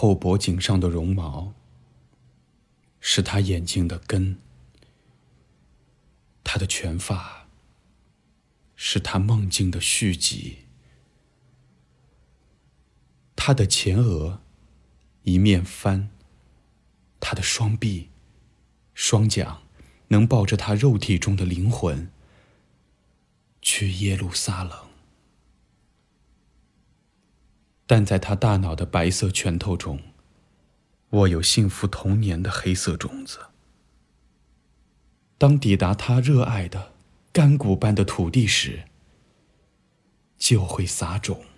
后脖颈上的绒毛，是他眼睛的根；他的全发，是他梦境的续集；他的前额一面翻，他的双臂、双脚能抱着他肉体中的灵魂去耶路撒冷。但在他大脑的白色拳头中，握有幸福童年的黑色种子。当抵达他热爱的干谷般的土地时，就会撒种。